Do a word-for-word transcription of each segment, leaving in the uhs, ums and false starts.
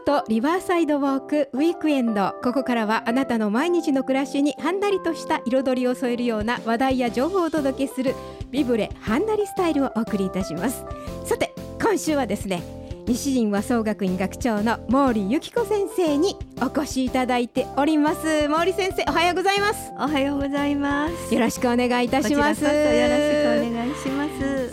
都リバーサイドウォークウィークエンド。ここからはあなたの毎日の暮らしにはんなりとした彩りを添えるような話題や情報をお届けするビブレはんなりスタイルをお送りいたします。さて今週はですね、西陣和総学院学長の毛利由紀子先生にお越しいただいております。毛利先生、おはようございます。 おはようございます。 よろしくお願いいたします。 こちらこそよろしくお願いします。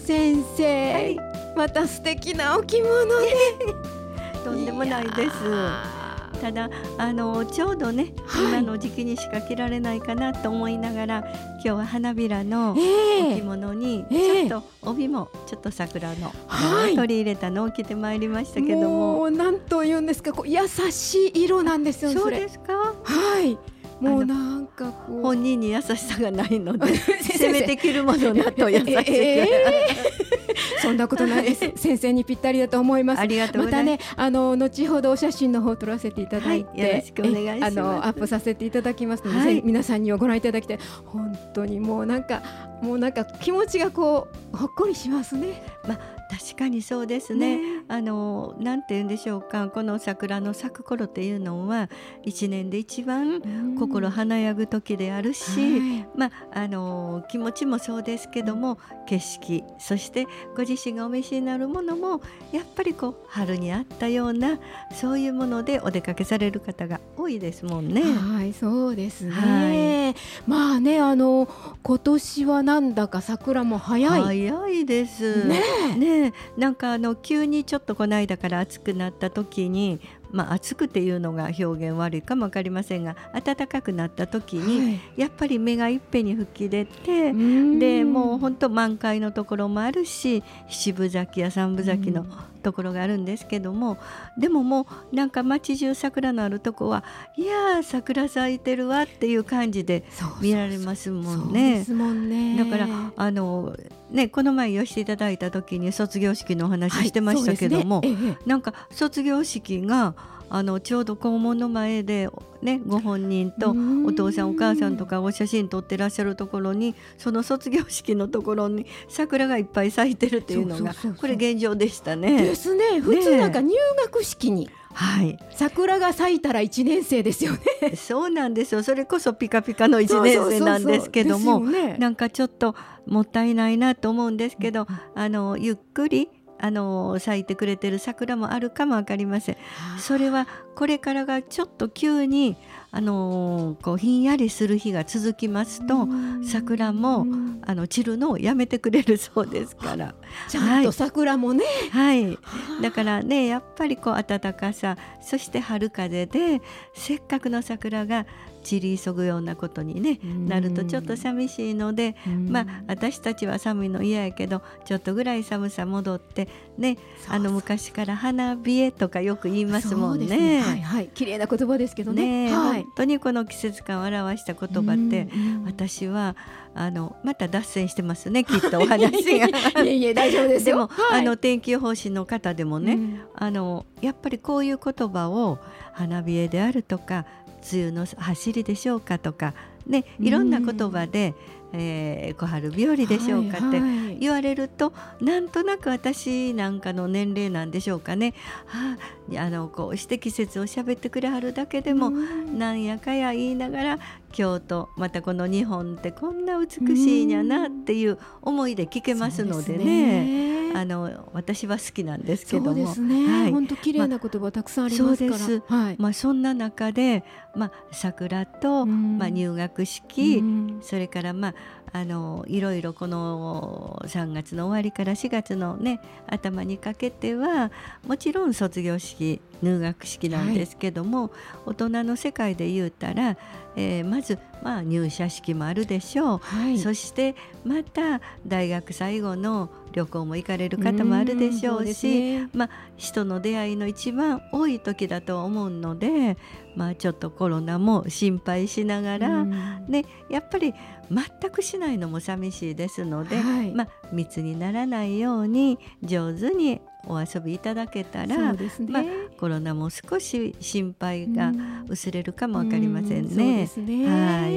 先生、 はい、 また素敵なお着物でとんでもないです。ただあのちょうどね、はい、今の時期にしか着られないかなと思いながら、今日は花びらのお着物にちょっと帯もちょっと桜の、はい、取り入れたのを着てまいりましたけども、 もうなんというんですか、こう優しい色なんですよ。 そうですか。 はい、もうなんかこう本人に優しさがないのでせめて着るものだと優しい、 えーそんなことないです先生にぴったりだと思います。 ありがとうございます。 またね、あの後ほどお写真の方を撮らせていただいて、 はい、よろしくお願いします。 あのアップさせていただきますので、 はい、 皆さんにはご覧いただきたい。本当にもうなんかもうなんか気持ちがこうほっこりしますね。 まあ確かにそうですね。 ね、 あのなんて言うんでしょうか、この桜の咲く頃っていうのは一年で一番心華やぐ時であるし、はい、まあ、あの気持ちもそうですけども、景色、そしてご自身がお召しになるものもやっぱりこう春にあったようなそういうものでお出かけされる方が多いですもんね。 はい、そうですね。 はい、 まあね、あの今年はなんだか桜も早い早いですね。 ね、なんかあの急にちょっとこの間から暑くなった時に、まあ、暑くっていうのが表現悪いかも分かりませんが、暖かくなった時に、はい、やっぱり芽がいっぺんに吹き出て、でもう本当満開のところもあるし、七分咲きや三分咲きのところがあるんですけども、でももうなんか街中桜のあるとこはいやー桜咲いてるわっていう感じで見られますもんね。だからあのね、この前寄せていただいた時に卒業式のお話してましたけども、はいね、ええ、なんか卒業式があのちょうど校門の前で、ね、ご本人とお父さんお母さんとかお写真撮ってらっしゃるところに、その卒業式のところに桜がいっぱい咲いてるっていうのがこれ現状でしたね。 ですね。普通なんか入学式に、 ね、はい、 桜が咲いたらいちねん生ですよね。 そうなんですよ。それこそピカピカのいちねん生なんですけども、なんかちょっともったいないなと思うんですけど、あのゆっくりあの咲いてくれてる桜もあるかも分かりません。それはこれからがちょっと急にあのこうひんやりする日が続きますと、桜もあの散るのをやめてくれるそうですから、 ちゃんと桜もね、 はい、はい、だからね、やっぱりこう暖かさ、そして春風でせっかくの桜が散り急ぐようなことに、ね、なるとちょっと寂しいので、まあ、私たちは寒いの嫌やけどちょっとぐらい寒さ戻って、ね、あの昔から花冷えとかよく言いますもんね。 そうですね、はいはい、綺麗な言葉ですけど ね, ね、 はい、 本当にこの季節感を表した言葉って私はあのまた脱線してますね、きっとお話がいえいえ大丈夫ですよ。 でも、 はい、 あの天気予報士の方でもね、うん、あのやっぱりこういう言葉を花冷えであるとか梅雨の走りでしょうかとか、ね、いろんな言葉で、えー、小春日和でしょうかって言われると、はいはい、なんとなく私なんかの年齢なんでしょうかね、はあ、あのこうして季節を喋ってくれはるだけでもなんやかや言いながら、京都またこの日本ってこんな美しいんやなっていう思いで聞けますので ね, あの私は好きなんですけども、 そうですね、はい、本当綺麗な言葉たくさんありますから、 そうです、はい、まあ、そんな中で、まあ、桜と、まあ、入学式、それからまああのいろいろこのさんがつの終わりからしがつの、ね、頭にかけてはもちろん卒業式入学式なんですけども、はい、大人の世界で言うたら、えー、まず、まあ、入社式もあるでしょう、はい、そしてまた大学最後の旅行も行かれる方もあるでしょうし、う、ね、まあ、人の出会いの一番多い時だと思うので、まあ、ちょっとコロナも心配しながら、ね、やっぱり全くしないのも寂しいですので、はい、まあ、密にならないように上手にお遊びいただけたら、そうですね、まあ、コロナも少し心配が薄れるかも分かりませんね。そうですね、はい、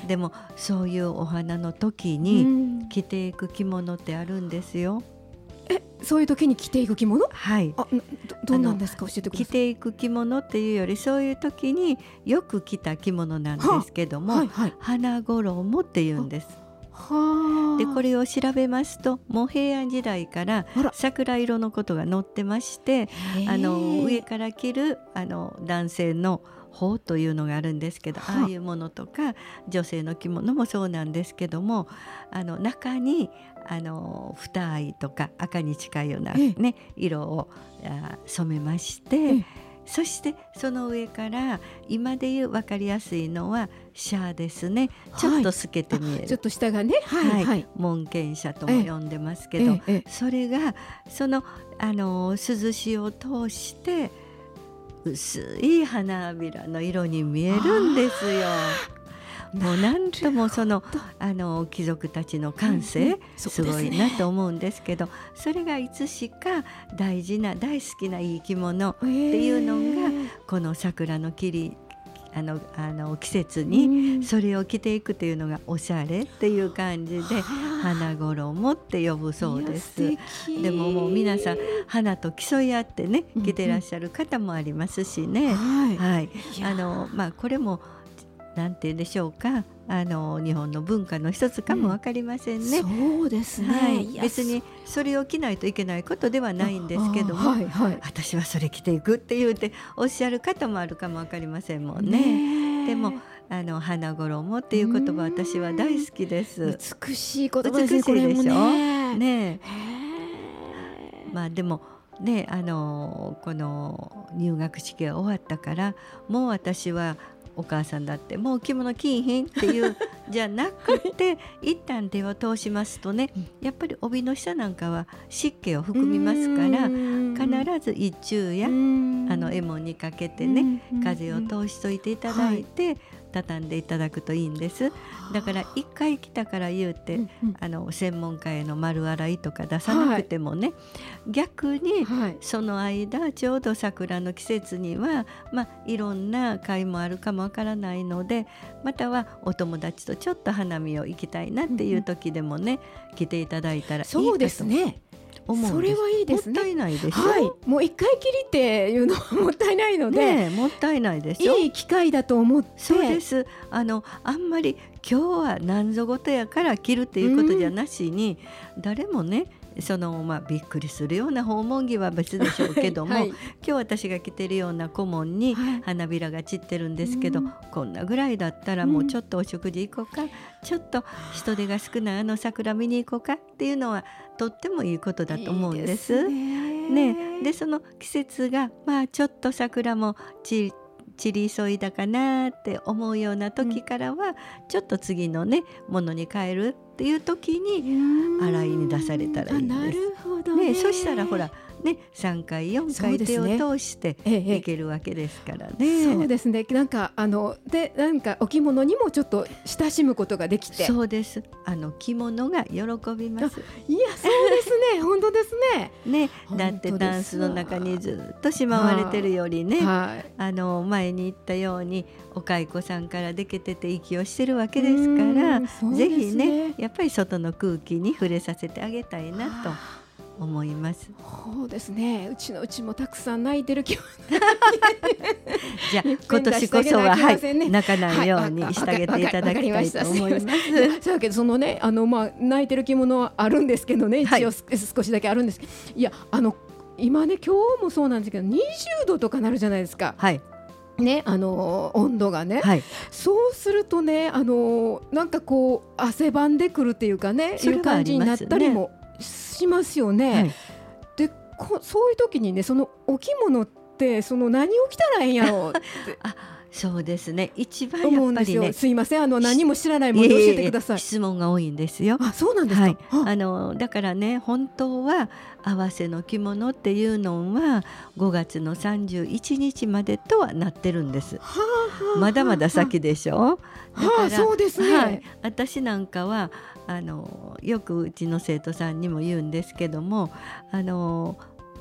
でもそういうお花の時に着ていく着物ってあるんですよ。 え、 そういう時に着ていく着物、 はい、 あ ど, どんなんですか、教えてください。 着ていく着物っていうよりそういう時によく着た着物なんですけども、はいはい、花衣っていうんです。はでこれを調べますともう平安時代から桜色のことが載ってまして、あの上から着るあの男性の法というのがあるんですけど、ああいうものとか女性の着物もそうなんですけども、あの中にあの二藍とか赤に近いような、ね、色を染めまして、そしてその上から今でいう分かりやすいのはシャですね、ちょっと透けて見える、はい、 ちょっと下がね、はいはい、 門見車とも呼んでますけど、それがそのあの涼しを通して薄い花びらの色に見えるんですよ。もうなんともそのあの貴族たちの感性、うんうん、すごいなと思うんですけど、それがいつしか大事な大好きないい着物っていうのがこの桜の切りあのあの季節にそれを着ていくというのがおしゃれっていう感じで花衣って呼ぶそうです。でももう皆さん花と競い合ってね着てらっしゃる方もありますしね、うんうん、はい、はい、あのまあこれもなんて言うんでしょうか、あの日本の文化の一つかも分かりませんね、 うん、そうですね、 はい、別にそれを着ないといけないことではないんですけども、はいはい、私はそれ着ていくって言うておっしゃる方もあるかも分かりませんもんね。でもあの花衣っていう言葉私は大好きです。 美しい言葉ですね。 美しいでしょ、 ねね。まあでもね、あのこの入学式が終わったからもう私はお母さんだってもう着物着いひんっていうじゃなくて一旦手を通しますとね、やっぱり帯の下なんかは湿気を含みますから必ず一中やあの衣紋にかけてね風を通しといていただいて、はい、畳んでいただくといいんです。だから一回着たから言うて、うんうん、あの専門家への丸洗いとか出さなくてもね、はい、逆にその間ちょうど桜の季節には、まあ、いろんな会もあるかもわからないので、またはお友達とちょっと花見を行きたいなっていう時でもね、うん、着ていただいたらいいかとそうですね。それはいいですね。 もったいないでしょ、 はい、もう一回きりっていうのはもったいないので、 ね、もったいないでしょ。 いい機会だと思って。 そうです。あのあんまり今日は何ぞごとやから着るっていうことじゃなしに、うん、誰もねそのまあ、びっくりするような訪問着は別でしょうけども、はい、今日私が着てるような小紋に花びらが散ってるんですけど、はい、こんなぐらいだったらもうちょっとお食事行こうか、うん、ちょっと人手が少ないあの桜見に行こうかっていうのはとってもいいことだと思うんです。いいですね。ね、でその季節がまあちょっと桜も散散り急いだかなって思うような時からは、うん、ちょっと次のねものに変えるっていう時に洗いに出されたらいいんです。 なるほどね。 ね、そしたらほらねさんかいよんかい手を通していけるわけですからね。 そうですね。なんかあのでなんかお着物にもちょっと親しむことができて、 そうです。あの着物が喜びます。 いやそうですね本当ですね。 ね、だってタンスの中にずっとしまわれてるよりね、はい、あの前に言ったようにお蚕さんからできてて息をしてるわけですから、ね、ぜひねやっぱり外の空気に触れさせてあげたいなと思います。 そうですね。うちのうちもたくさん泣いてる気はじゃあ今年こそは、はい、泣かないようにしてあげていただきたいと思います。 そうだけどそのねあの、まあ、泣いてる着物はあるんですけどね、一応少しだけあるんですけど、はい、いやあの今ね今日もそうなんですけどにじゅうどとかなるじゃないですか。はいね、あの温度がね、はい、そうするとねあのなんかこう汗ばんでくるっていうかねいう感じになったりもしますよね、はい、でこそういう時にねそのお着物ってその何を着たらいいんやろうってあそうですね一番やっぱりね思うんですよ。 すいませんあの何も知らないもので教えてください。 質問が多いんですよ。 あそうなんですか、はい、 あのだからね本当は合わせの着物っていうのはごがつのさんじゅういちにちまでとはなってるんです。はあはあ、まだまだ先でしょ。だから、はあ、 そうですね、はい、 私なんかはあのよくうちの生徒さんにも言うんですけどもあの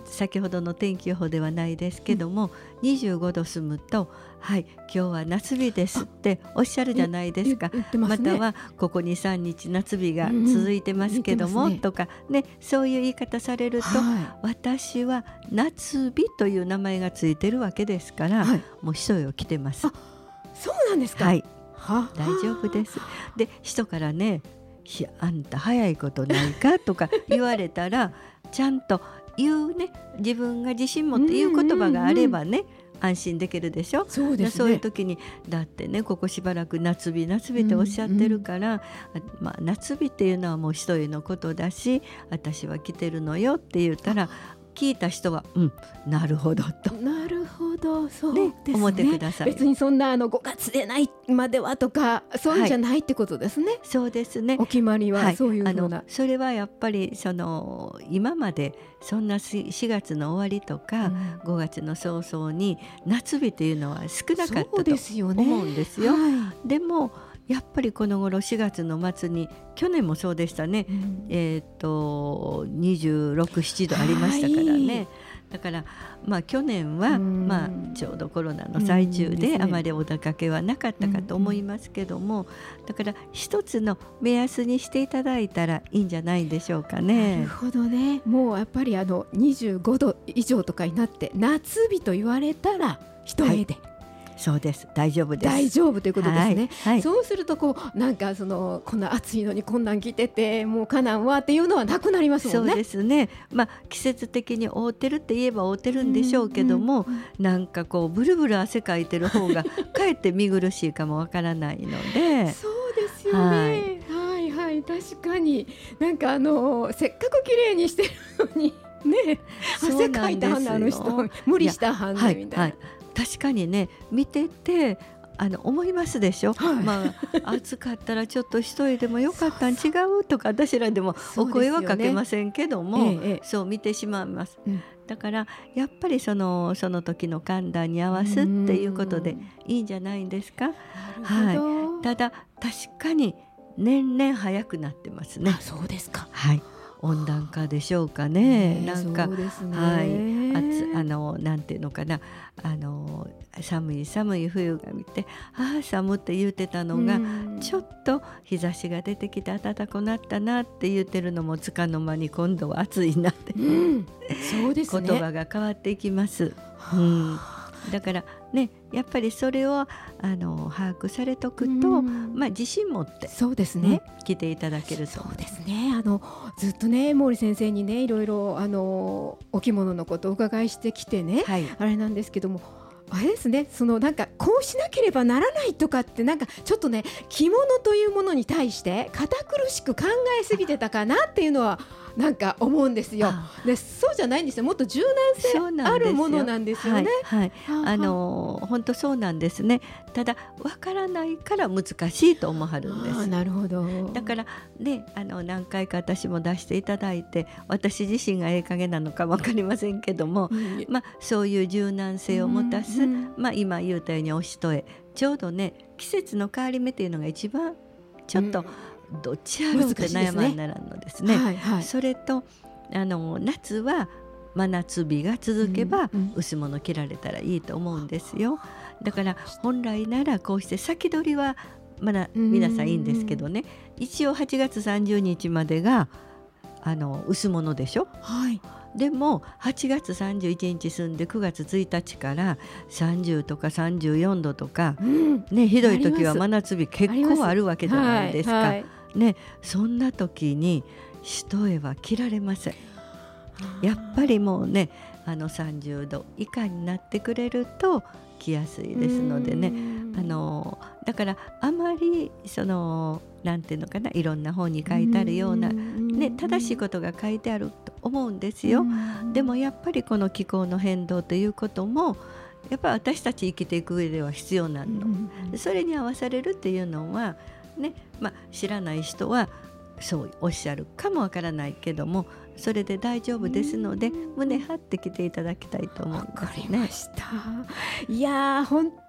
先ほどの天気予報ではないですけども、うん、にじゅうごど済むと、はい、今日は夏日ですっておっしゃるじゃないですか。ま, すね、またはここにさんにち夏日が続いてますけども、うんね、とかね、そういう言い方されると、はい、私は夏日という名前がついてるわけですから、はい、もう一重を着てます。 あ、そうなんですか。 はい、は大丈夫です。で、人からね、いやあんた早いことないかとか言われたらちゃんと言うね、自分が自信持って言う言葉があればね、うんうんうん、安心できるでしょ。 そうですね。 そういう時にだってね、ここしばらく夏日夏日っておっしゃってるから、うんうん、まあ、夏日っていうのはもう一重のことだし、私は来てるのよって言ったら、聞いた人は、うん、なるほどと、 なるほど、そうですね、 思ってください。 別にそんなあのごがつでないまではとかそういうんじゃないってことですね。はい、 そうですね。 お決まりはそういうふうな、はい、 あのそれはやっぱりその今までそんなしがつの終わりとか、うん、ごがつの早々に夏日というのは少なかったと思うんですよ。ですよ、はい、でもやっぱりこの頃しがつの末に、去年もそうでしたね、うん、えー、とにじゅうろく、ななどありましたからね、はい、だからまあ去年は、まあ、ちょうどコロナの最中であまりお出かけはなかったかと思いますけども、だから一つの目安にしていただいたらいいんじゃないでしょうかね。 なるほどね。もうやっぱりあのにじゅうごど以上とかになって夏日と言われたら一重で、はい、 そうです、大丈夫です。 大丈夫ということですね。 はいはい、 そうするとこうなんかそのこんな暑いのにこんなん着ててもうかなんわっていうのはなくなりますもんね。 そうですね。まあ、季節的に覆ってるって言えば覆ってるんでしょうけども、うんうん、なんかこうブルブル汗かいてる方がかえって見苦しいかもわからないのでそうですよね、はい、はいはい確かになんかあのせっかく綺麗にしてるのにね、汗かいたはんなあの人無理したはんねみたいな、はいはい、 確かにね、見ててあの思いますでしょ、はい、まあ、暑かったらちょっと一人でもよかったん違うとか私らでもお声はかけませんけども、そう、ねええ、そう見てしまいます、うん、だからやっぱりその、その時の寒暖に合わすっていうことでいいんじゃないんですか。はい、ただ確かに年々早くなってますね。 あ、そうですか。 はい、温暖化でしょうかね。 ね、 なんか、 そうですね、 はい、あつあのなんていうのかな、あの寒い寒い冬が見て、ああ寒って言ってたのが、ちょっと日差しが出てきて暖かくなったなって言ってるのもつかの間に今度は暑いなって、うん、そうですね、言葉が変わっていきます。うん、だからね、やっぱりそれをあの把握されとくと、まあ、自信持ってそうですね、 うん、来ていただけると。 そうですね、あのずっとね毛利先生にねいろいろあのお着物のことをお伺いしてきてね、はい、あれなんですけども、あれですね、そのなんかこうしなければならないとかってなんかちょっとね着物というものに対して堅苦しく考えすぎてたかなっていうのはなんか思うんですよ。で、そうじゃないんですよ。もっと柔軟性あるものなんですよね。 はいはい、あの本当そうなんですね。ただわからないから難しいと思わるんです。 あ、なるほど。 だからね、あの何回か私も出していただいて、私自身がええ加減なのか分かりませんけども、うん、まあ、そういう柔軟性を持たす、うんうん、まあ、今言ったようにおしとえ、ちょうどね季節の変わり目というのが一番ちょっと、うん、どっちやろうって悩まんならんのですね。はいはい、それとあの夏は真夏日が続けば、うんうん、薄物着られたらいいと思うんですよ。だから本来ならこうして先取りはまだ皆さんいいんですけどね、一応はちがつさんじゅうにちまでがあの薄物でしょ、はい、でもはちがつさんじゅういちにち済んでくがつついたちからさんじゅうとかさんじゅうよんどとか、うんね、ひどい時は真夏日結構あるわけじゃないですか、はいはい、ね、そんな時に一重は着られません。やっぱりもうね、あのさんじゅうど以下になってくれると着やすいですのでね、あのだからあまりそのなんていうのかな、いろんな本に書いてあるような、ね、正しいことが書いてあると思うんですよ。でもやっぱりこの気候の変動ということもやっぱり私たち生きていく上では必要なの、それに合わされるっていうのはね、まあ、知らない人はそうおっしゃるかもわからないけども、それで大丈夫ですので胸張ってきていただきたいと思うんですね。 わかりました。いや本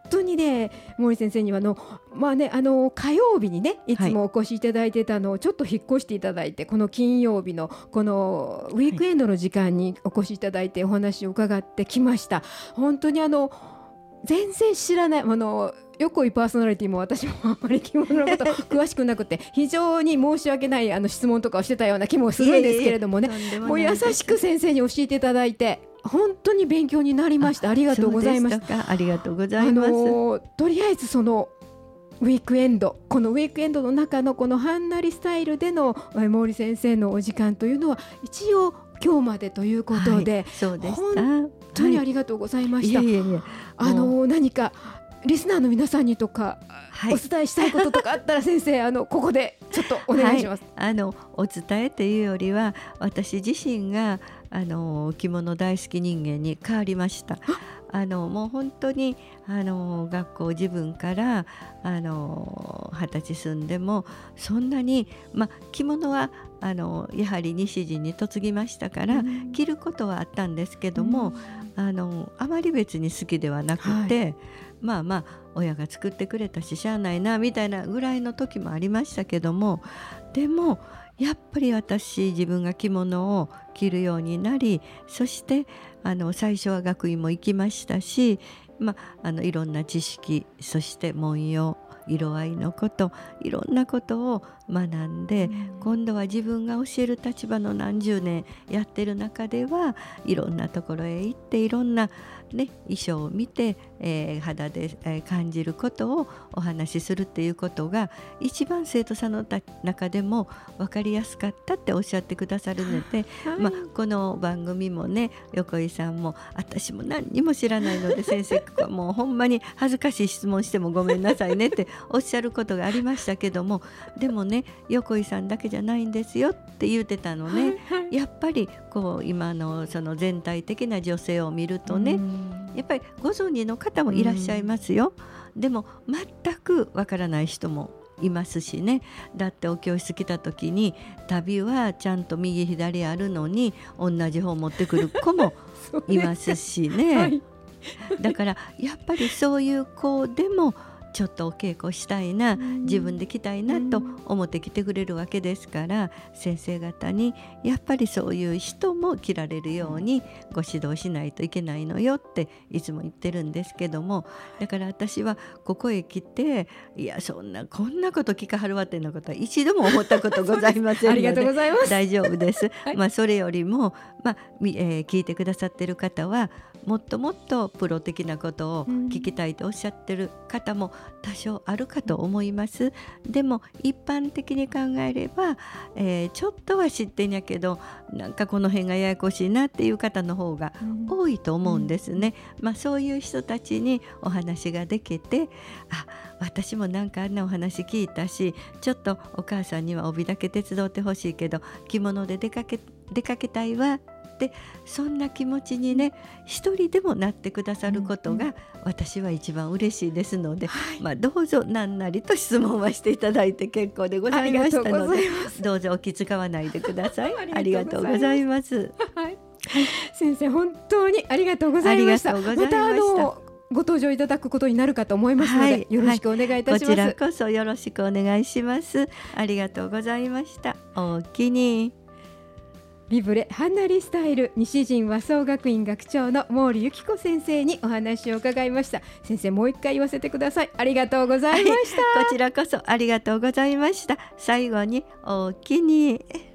当にね毛利先生にはあの、まあね、あの火曜日にねいつもお越しいただいてたのをちょっと引っ越していただいて、この金曜日のこのウィークエンドの時間にお越しいただいてお話を伺ってきました。本当にあの全然知らないあの横井パーソナリティも私もあんまり着物のこと詳しくなくて非常に申し訳ないあの質問とかをしてたような気もするんですけれどもね、もう優しく先生に教えていただいて本当に勉強になりました。ありがとうございます。 ありがとうございます。 あのとりあえずそのウィークエンドこのウィークエンドの中のこのはんなりスタイルでの毛利先生のお時間というのは一応今日までということで、はい、 そうでした。 本当にありがとうございました。 はい、いえいえあの何かリスナーの皆さんにとか、はい、お伝えしたいこととかあったら先生あのここでちょっとお願いします。 はい、あのお伝えというよりは私自身があの着物大好き人間に変わりました。あのもう本当にあの学校自分からあの二十歳住んでもそんなに、ま、着物はあのやはり西陣に嫁ぎましたから、うん、着ることはあったんですけども、うん、あのあまり別に好きではなくて、はい、まあまあ親が作ってくれたししゃあないなみたいなぐらいの時もありましたけども、でもやっぱり私自分が着物を着るようになり、そしてあの最初は学院も行きましたし、まあ、あのいろんな知識、そして文様、色合いのこと、いろんなことを学んで、うん、今度は自分が教える立場の何十年やってる中ではいろんなところへ行っていろんな、ね、衣装を見て、えー、肌で、えー、感じることをお話しするっていうことが一番生徒さんの中でも分かりやすかったっておっしゃってくださるので、はい、まあ、この番組もね横井さんも私も何にも知らないので先生がもうほんまに恥ずかしい質問してもごめんなさいねっておっしゃることがありましたけども、でもね横井さんだけじゃないんですよって言ってたのね、はいはい、やっぱりこう今のその全体的な女性を見るとね、やっぱりご存知の方もいらっしゃいますよ。でも全くわからない人もいますしね。だってお教室来た時に旅はちゃんと右左あるのに同じ方持ってくる子もいますしね、はい、だからやっぱりそういう子でもちょっとお稽古したいな、自分で来たいなと思って来てくれるわけですから、先生方にやっぱりそういう人も着られるようにご指導しないといけないのよっていつも言ってるんですけども、だから私はここへ来ていやそんなこんなこと聞かはるわっていうことは一度も思ったことございませんのでありがとうございます。大丈夫です、はい、まあ、それよりも、まあえー、聞いてくださってる方はもっともっとプロ的なことを聞きたいとおっしゃってる方も多少あるかと思います。でも一般的に考えれば、えー、ちょっとは知ってんやけどなんかこの辺がややこしいなっていう方の方が多いと思うんですね、まあ、そういう人たちにお話ができて、あ、私もなんかあんなお話聞いたし、ちょっとお母さんには帯だけ手伝ってほしいけど着物で出かけ、出かけたいわで、そんな気持ちにね一人でもなってくださることが私は一番嬉しいですので、うんうん、まあ、どうぞ何なりと質問はしていただいて結構でございましたので、どうぞお気遣わないでください。ありがとうございます。はい、 先生本当にありがとうございました。またあのご登場いただくことになるかと思いますので、はい、よろしくお願いいたします、 はい、こちらこそよろしくお願いします。ありがとうございました。おおきに。 ビブレはんなりスタイル西陣和装学院学長の毛利由紀子先生にお話を伺いました。先生もう一回言わせてください。ありがとうございました、 はい、こちらこそありがとうございました。最後におおきに。